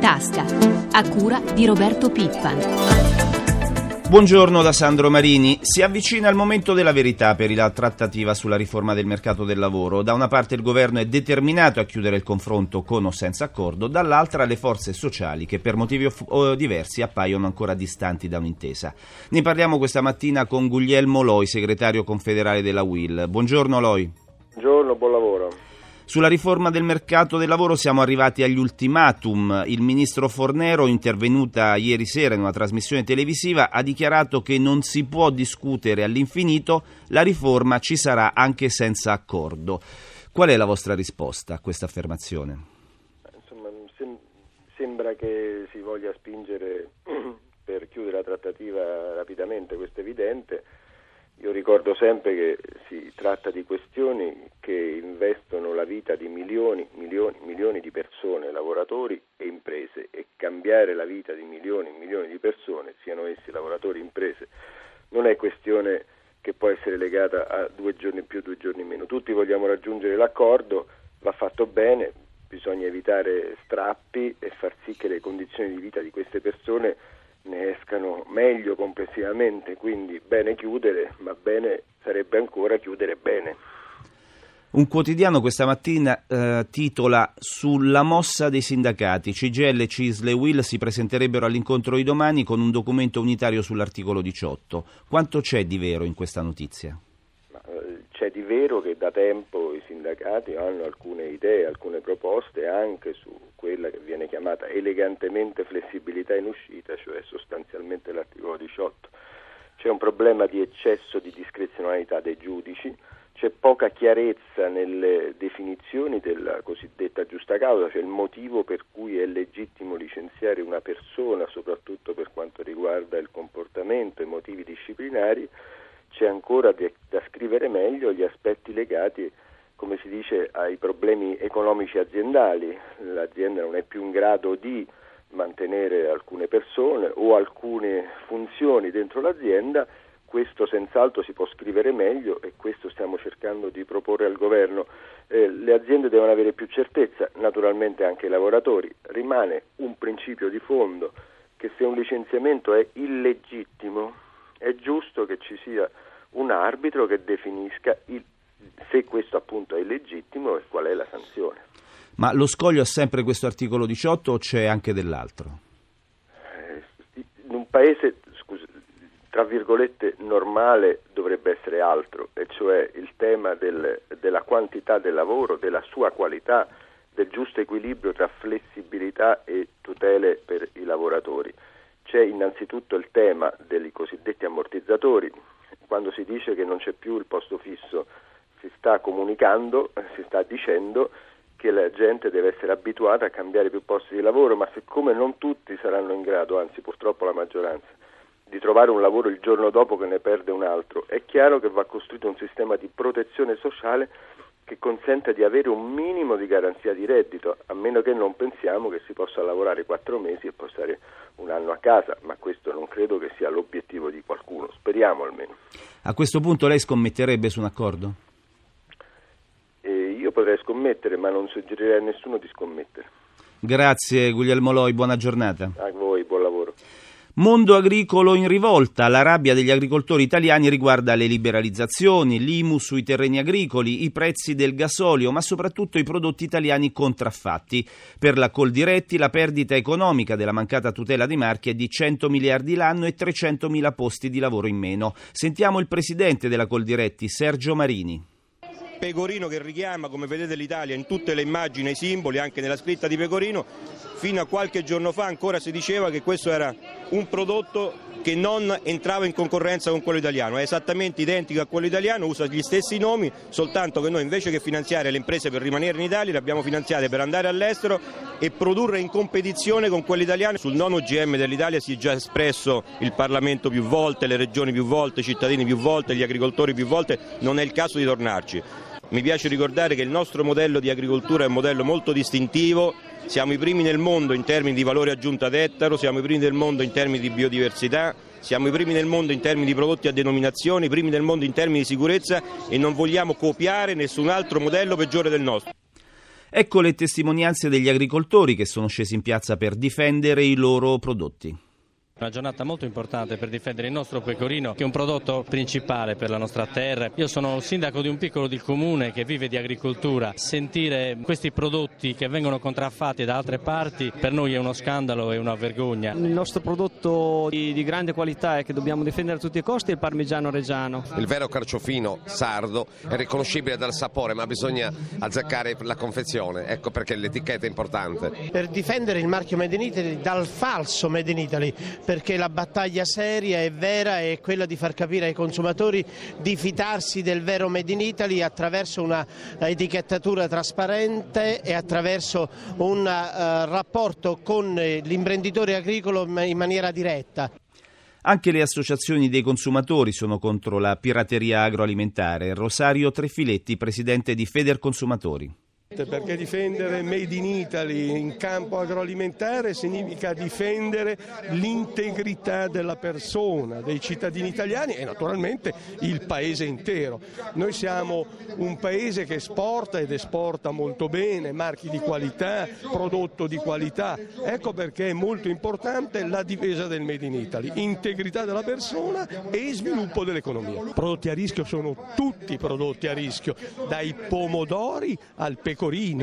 tasca, a cura di Roberto Pippan. Buongiorno da Sandro Marini. Si avvicina il momento della verità per la trattativa sulla riforma del mercato del lavoro. Da una parte il governo è determinato a chiudere il confronto con o senza accordo, dall'altra le forze sociali che per motivi diversi appaiono ancora distanti da un'intesa. Ne parliamo questa mattina con Guglielmo Loi, segretario confederale della UIL. Buongiorno Loi. Buongiorno, buon lavoro. Sulla riforma del mercato del lavoro siamo arrivati agli ultimatum. Il ministro Fornero, intervenuta ieri sera in una trasmissione televisiva, ha dichiarato che non si può discutere all'infinito, la riforma ci sarà anche senza accordo. Qual è la vostra risposta a questa affermazione? Insomma, sembra che si voglia spingere per chiudere la trattativa rapidamente, questo è evidente. Io ricordo sempre che si tratta di questioni che investono la vita di milioni di persone, lavoratori e imprese, e cambiare la vita di milioni di persone, siano essi lavoratori o imprese, non è questione che può essere legata a 2 giorni in più, 2 giorni in meno. Tutti vogliamo raggiungere l'accordo, va fatto bene, bisogna evitare strappi e far sì che le condizioni di vita di queste persone ne escano meglio complessivamente, quindi bene chiudere, ma bene sarebbe ancora chiudere bene. Un quotidiano questa mattina titola sulla mossa dei sindacati. CGIL, CISL e UIL si presenterebbero all'incontro di domani con un documento unitario sull'articolo 18. Quanto c'è di vero in questa notizia? C'è di vero che da tempo i sindacati hanno alcune idee, alcune proposte anche su quella che viene chiamata elegantemente flessibilità in uscita, cioè sostanzialmente l'articolo 18. C'è un problema di eccesso di discrezionalità dei giudici, c'è poca chiarezza nelle definizioni della cosiddetta giusta causa, cioè il motivo per cui è legittimo licenziare una persona, soprattutto per quanto riguarda il comportamento e motivi disciplinari. C'è ancora da scrivere meglio gli aspetti legati, come si dice, ai problemi economici aziendali. L'azienda non è più in grado di mantenere alcune persone o alcune funzioni dentro l'azienda, questo senz'altro si può scrivere meglio e questo stiamo cercando di proporre al governo. Le aziende devono avere più certezza, naturalmente anche i lavoratori. Rimane un principio di fondo che se un licenziamento è illegittimo è giusto che ci sia un arbitro che definisca se questo appunto è illegittimo e qual è la sanzione. Ma lo scoglio ha sempre questo articolo 18 o c'è anche dell'altro? In un paese, tra virgolette, normale dovrebbe essere altro, e cioè il tema della quantità del lavoro, della sua qualità, del giusto equilibrio tra flessibilità e tutele per i lavoratori. C'è innanzitutto il tema dei cosiddetti ammortizzatori. Quando si dice che non c'è più il posto fisso, si sta comunicando, si sta dicendo che la gente deve essere abituata a cambiare più posti di lavoro, ma siccome non tutti saranno in grado, anzi purtroppo la maggioranza, di trovare un lavoro il giorno dopo che ne perde un altro, è chiaro che va costruito un sistema di protezione sociale che consente di avere un minimo di garanzia di reddito, a meno che non pensiamo che si possa lavorare 4 mesi e poi stare un anno a casa, ma questo non credo che sia l'obiettivo di qualcuno, speriamo almeno. A questo punto lei scommetterebbe su un accordo? Io potrei scommettere, ma non suggerirei a nessuno di scommettere. Grazie Guglielmo Loi, buona giornata. A voi, buon lavoro. Mondo agricolo in rivolta. La rabbia degli agricoltori italiani riguarda le liberalizzazioni, l'IMU sui terreni agricoli, i prezzi del gasolio, ma soprattutto i prodotti italiani contraffatti. Per la Coldiretti la perdita economica della mancata tutela dei marchi è di 100 miliardi l'anno e 300.000 posti di lavoro in meno. Sentiamo il presidente della Coldiretti, Sergio Marini. Pecorino che richiama, come vedete, l'Italia in tutte le immagini e i simboli, anche nella scritta di Pecorino. Fino a qualche giorno fa ancora si diceva che questo era un prodotto che non entrava in concorrenza con quello italiano, è esattamente identico a quello italiano, usa gli stessi nomi, soltanto che noi invece che finanziare le imprese per rimanere in Italia le abbiamo finanziate per andare all'estero e produrre in competizione con quelle italiane. Sul non OGM dell'Italia si è già espresso il Parlamento più volte, le regioni più volte, i cittadini più volte, gli agricoltori più volte, non è il caso di tornarci. Mi piace ricordare che il nostro modello di agricoltura è un modello molto distintivo, siamo i primi nel mondo in termini di valore aggiunto ad ettaro, siamo i primi del mondo in termini di biodiversità, siamo i primi nel mondo in termini di prodotti a denominazione, i primi nel mondo in termini di sicurezza e non vogliamo copiare nessun altro modello peggiore del nostro. Ecco le testimonianze degli agricoltori che sono scesi in piazza per difendere i loro prodotti. Una giornata molto importante per difendere il nostro pecorino, che è un prodotto principale per la nostra terra. Io sono sindaco di un piccolo comune che vive di agricoltura. Sentire questi prodotti che vengono contraffatti da altre parti per noi è uno scandalo e una vergogna. Il nostro prodotto di grande qualità e che dobbiamo difendere a tutti i costi è il parmigiano reggiano. Il vero carciofino sardo è riconoscibile dal sapore, ma bisogna azzeccare la confezione, ecco perché l'etichetta è importante. Per difendere il marchio Made in Italy dal falso Made in Italy, perché la battaglia seria e vera è quella di far capire ai consumatori di fidarsi del vero Made in Italy attraverso una etichettatura trasparente e attraverso un rapporto con l'imprenditore agricolo in maniera diretta. Anche le associazioni dei consumatori sono contro la pirateria agroalimentare. Rosario Trefiletti, presidente di Federconsumatori. Perché difendere Made in Italy in campo agroalimentare significa difendere l'integrità della persona, dei cittadini italiani e naturalmente il paese intero. Noi siamo un paese che esporta ed esporta molto bene, marchi di qualità, prodotto di qualità. Ecco perché è molto importante la difesa del Made in Italy, integrità della persona e sviluppo dell'economia. Prodotti a rischio sono tutti prodotti a rischio, dai pomodori al pecorino.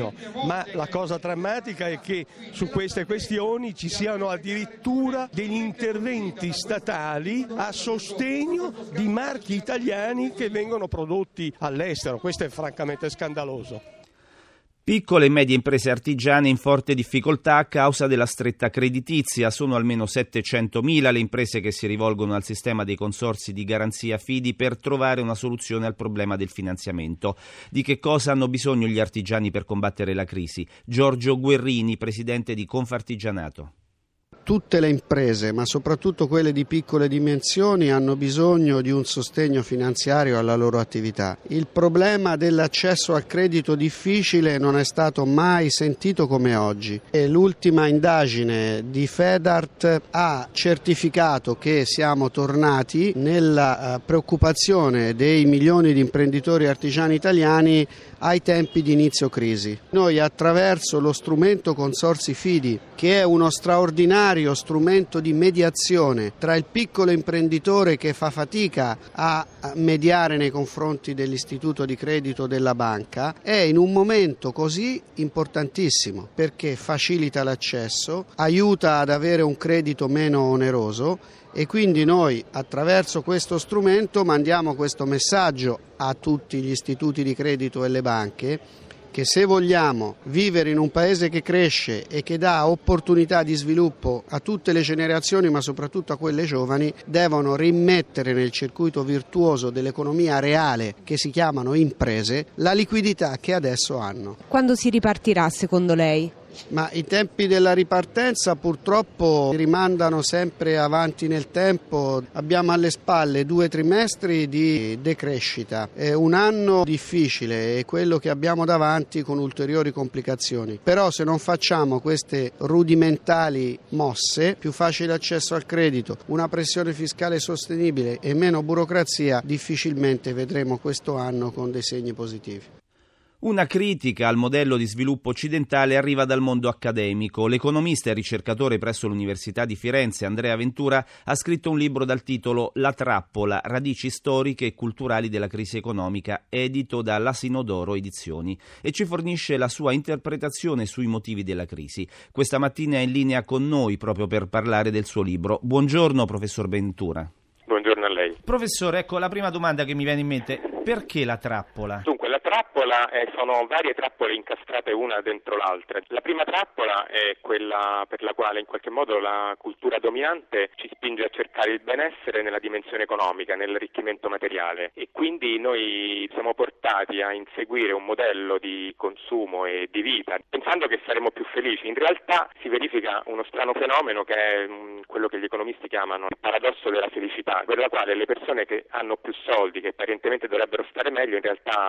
Ma la cosa drammatica è che su queste questioni ci siano addirittura degli interventi statali a sostegno di marchi italiani che vengono prodotti all'estero. Questo è francamente scandaloso. Piccole e medie imprese artigiane in forte difficoltà a causa della stretta creditizia. Sono almeno 700.000 le imprese che si rivolgono al sistema dei consorzi di garanzia Fidi per trovare una soluzione al problema del finanziamento. Di che cosa hanno bisogno gli artigiani per combattere la crisi? Giorgio Guerrini, presidente di Confartigianato. Tutte le imprese, ma soprattutto quelle di piccole dimensioni, hanno bisogno di un sostegno finanziario alla loro attività. Il problema dell'accesso al credito difficile non è stato mai sentito come oggi e l'ultima indagine di Fedart ha certificato che siamo tornati nella preoccupazione dei milioni di imprenditori artigiani italiani ai tempi di inizio crisi. Noi attraverso lo strumento Consorzi Fidi, che è uno straordinario strumento di mediazione tra il piccolo imprenditore che fa fatica a mediare nei confronti dell'istituto di credito della banca, è in un momento così importantissimo perché facilita l'accesso, aiuta ad avere un credito meno oneroso e quindi noi attraverso questo strumento mandiamo questo messaggio a tutti gli istituti di credito e le banche che se vogliamo vivere in un paese che cresce e che dà opportunità di sviluppo a tutte le generazioni, ma soprattutto a quelle giovani, devono rimettere nel circuito virtuoso dell'economia reale, che si chiamano imprese, la liquidità che adesso hanno. Quando si ripartirà secondo lei? Ma i tempi della ripartenza purtroppo rimandano sempre avanti nel tempo. Abbiamo alle spalle 2 trimestri di decrescita, è un anno difficile e quello che abbiamo davanti con ulteriori complicazioni. Però se non facciamo queste rudimentali mosse, più facile accesso al credito, una pressione fiscale sostenibile e meno burocrazia, difficilmente vedremo questo anno con dei segni positivi. Una critica al modello di sviluppo occidentale arriva dal mondo accademico. L'economista e ricercatore presso l'Università di Firenze, Andrea Ventura, ha scritto un libro dal titolo La trappola, radici storiche e culturali della crisi economica, edito da L'Asino d'Oro Edizioni, e ci fornisce la sua interpretazione sui motivi della crisi. Questa mattina è in linea con noi proprio per parlare del suo libro. Buongiorno, professor Ventura. Buongiorno a lei. Professore, ecco la prima domanda che mi viene in mente. Perché la trappola? Dunque, la trappola sono varie trappole incastrate una dentro l'altra. La prima trappola è quella per la quale in qualche modo la cultura dominante ci spinge a cercare il benessere nella dimensione economica, nell'arricchimento materiale, e quindi noi siamo portati a inseguire un modello di consumo e di vita pensando che saremo più felici. In realtà si verifica uno strano fenomeno che è quello che gli economisti chiamano il paradosso della felicità, per la quale le persone che hanno più soldi, che apparentemente dovrebbero stare meglio, in realtà non si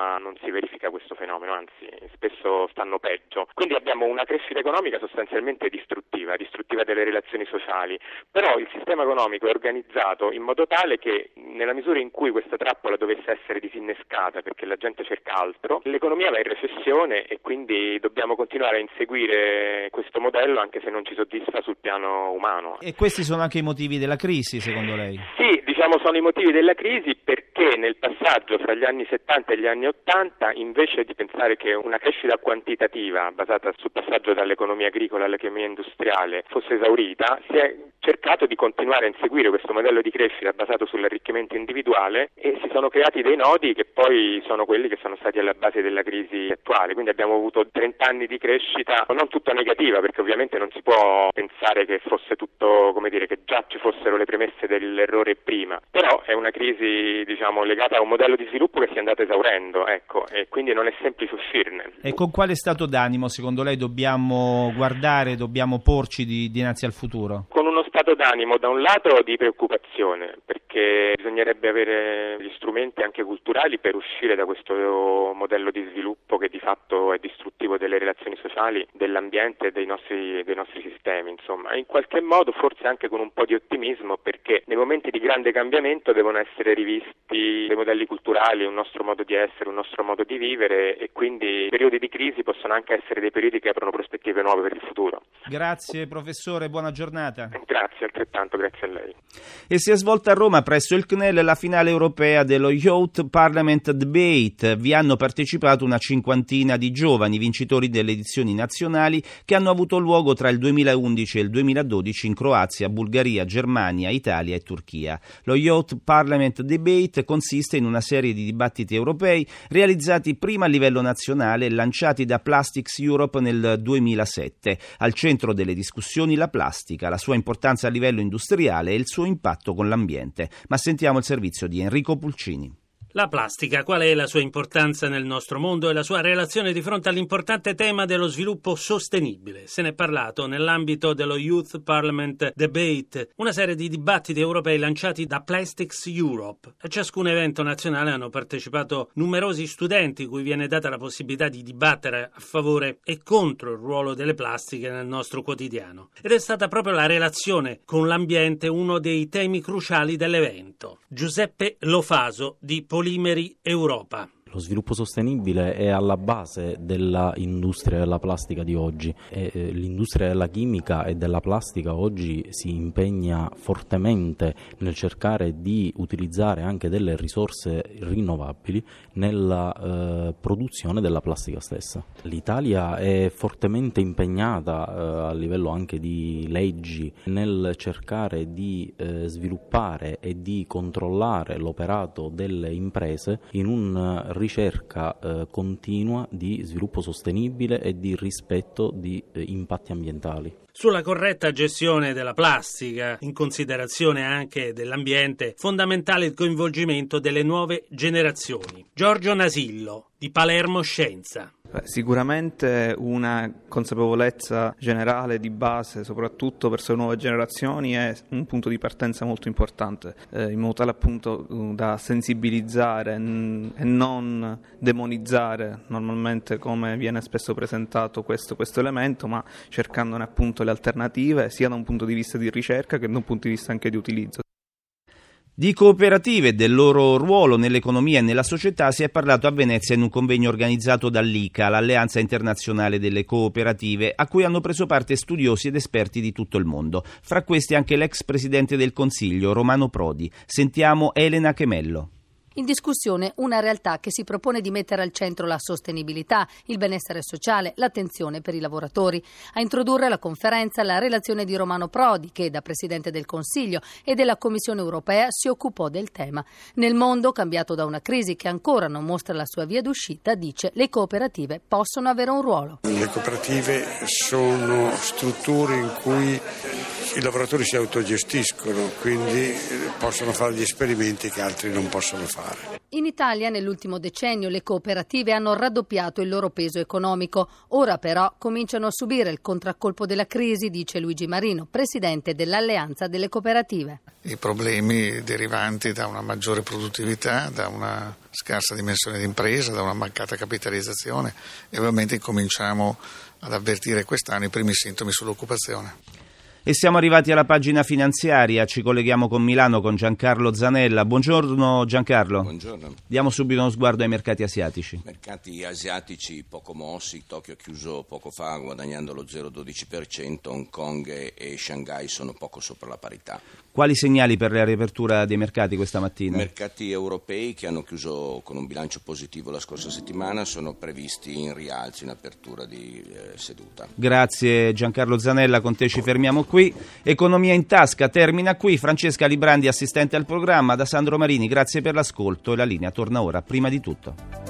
si verifica questo fenomeno, anzi spesso stanno peggio. Quindi abbiamo una crescita economica sostanzialmente distruttiva delle relazioni sociali, però il sistema economico è organizzato in modo tale che nella misura in cui questa trappola dovesse essere disinnescata perché la gente cerca altro, l'economia va in recessione e quindi dobbiamo continuare a inseguire questo modello anche se non ci soddisfa sul piano umano. E questi sono anche i motivi della crisi, secondo lei? Sì, sono i motivi della crisi perché nel passaggio fra gli anni 70 e gli anni 80, invece di pensare che una crescita quantitativa basata sul passaggio dall'economia agricola all'economia industriale fosse esaurita, si è cercato di continuare a inseguire questo modello di crescita basato sull'arricchimento individuale e si sono creati dei nodi che poi sono quelli che sono stati alla base della crisi attuale. Quindi abbiamo avuto 30 anni di crescita non tutta negativa, perché ovviamente non si può pensare che fosse tutto, che già ci fossero le premesse dell'errore prima, però è una crisi legata a un modello di sviluppo che si è andato esaurendo, e quindi non è semplice uscirne. E con quale stato d'animo secondo lei dobbiamo guardare, dobbiamo porci dinanzi al futuro? Con uno stato d'animo da un lato di preoccupazione, perché bisognerebbe avere gli strumenti anche culturali per uscire da questo modello di sviluppo che di fatto è distruttivo delle relazioni sociali, dell'ambiente e dei nostri sistemi, insomma. In qualche modo forse anche con un po' di ottimismo, perché nei momenti di grande cambiamento devono essere rivisti dei modelli culturali, un nostro modo di essere, un nostro modo di vivere, e quindi i periodi di crisi possono anche essere dei periodi che aprono prospettive nuove per il futuro. Grazie professore, buona giornata. Grazie, altrettanto, grazie a lei. E si è svolta a Roma presso il CNEL la finale europea dello Youth Parliament Debate. Vi hanno partecipato una cinquantina di giovani vincitori delle edizioni nazionali che hanno avuto luogo tra il 2011 e il 2012 in Croazia, Bulgaria, Germania, Italia e Turchia. Lo Youth Parliament Debate consiste in una serie di dibattiti europei realizzati prima a livello nazionale e lanciati da Plastics Europe nel 2007. Al centro delle discussioni la plastica, la sua importanza a livello industriale e il suo impatto con l'ambiente. Ma sentiamo il servizio di Enrico Pulcini. La plastica, qual è la sua importanza nel nostro mondo e la sua relazione di fronte all'importante tema dello sviluppo sostenibile? Se ne è parlato nell'ambito dello Youth Parliament Debate, una serie di dibattiti europei lanciati da Plastics Europe. A ciascun evento nazionale hanno partecipato numerosi studenti cui viene data la possibilità di dibattere a favore e contro il ruolo delle plastiche nel nostro quotidiano. Ed è stata proprio la relazione con l'ambiente uno dei temi cruciali dell'evento. Giuseppe Lofaso di Polimeri Europa. Lo sviluppo sostenibile è alla base dell'industria della plastica di oggi e l'industria della chimica e della plastica oggi si impegna fortemente nel cercare di utilizzare anche delle risorse rinnovabili nella produzione della plastica stessa. L'Italia è fortemente impegnata a livello anche di leggi nel cercare di sviluppare e di controllare l'operato delle imprese in un ricerca continua di sviluppo sostenibile e di rispetto di impatti ambientali. Sulla corretta gestione della plastica, in considerazione anche dell'ambiente, fondamentale il coinvolgimento delle nuove generazioni. Giorgio Nasillo, di Palermo Scienza. Sicuramente una consapevolezza generale di base, soprattutto verso le nuove generazioni, è un punto di partenza molto importante, in modo tale appunto da sensibilizzare e non demonizzare normalmente come viene spesso presentato questo elemento, ma cercandone appunto le alternative sia da un punto di vista di ricerca che da un punto di vista anche di utilizzo. Di cooperative e del loro ruolo nell'economia e nella società si è parlato a Venezia in un convegno organizzato dall'ICA, l'Alleanza Internazionale delle Cooperative, a cui hanno preso parte studiosi ed esperti di tutto il mondo. Fra questi anche l'ex Presidente del Consiglio, Romano Prodi. Sentiamo Elena Chemello. In discussione una realtà che si propone di mettere al centro la sostenibilità, il benessere sociale, l'attenzione per i lavoratori. A introdurre la conferenza la relazione di Romano Prodi, che da Presidente del Consiglio e della Commissione europea si occupò del tema. Nel mondo, cambiato da una crisi che ancora non mostra la sua via d'uscita, dice le cooperative possono avere un ruolo. Le cooperative sono strutture in cui i lavoratori si autogestiscono, quindi possono fare gli esperimenti che altri non possono fare. fare. In Italia nell'ultimo decennio le cooperative hanno raddoppiato il loro peso economico. Ora però cominciano a subire il contraccolpo della crisi, dice Luigi Marino, presidente dell'Alleanza delle Cooperative. I problemi derivanti da una maggiore produttività, da una scarsa dimensione di impresa, da una mancata capitalizzazione e ovviamente cominciamo ad avvertire quest'anno i primi sintomi sull'occupazione. E siamo arrivati alla pagina finanziaria, ci colleghiamo con Milano con Giancarlo Zanella. Buongiorno Giancarlo. Buongiorno. Diamo subito uno sguardo ai mercati asiatici. Mercati asiatici poco mossi, Tokyo ha chiuso poco fa guadagnando lo 0,12%, Hong Kong e Shanghai sono poco sopra la parità. Quali segnali per la riapertura dei mercati questa mattina? Mercati europei che hanno chiuso con un bilancio positivo la scorsa settimana sono previsti in rialzo in apertura di seduta. Grazie Giancarlo Zanella, con te ci fermiamo qui. Economia in tasca termina qui. Francesca Librandi, assistente al programma, da Sandro Marini, grazie per l'ascolto e la linea torna ora. Prima di tutto.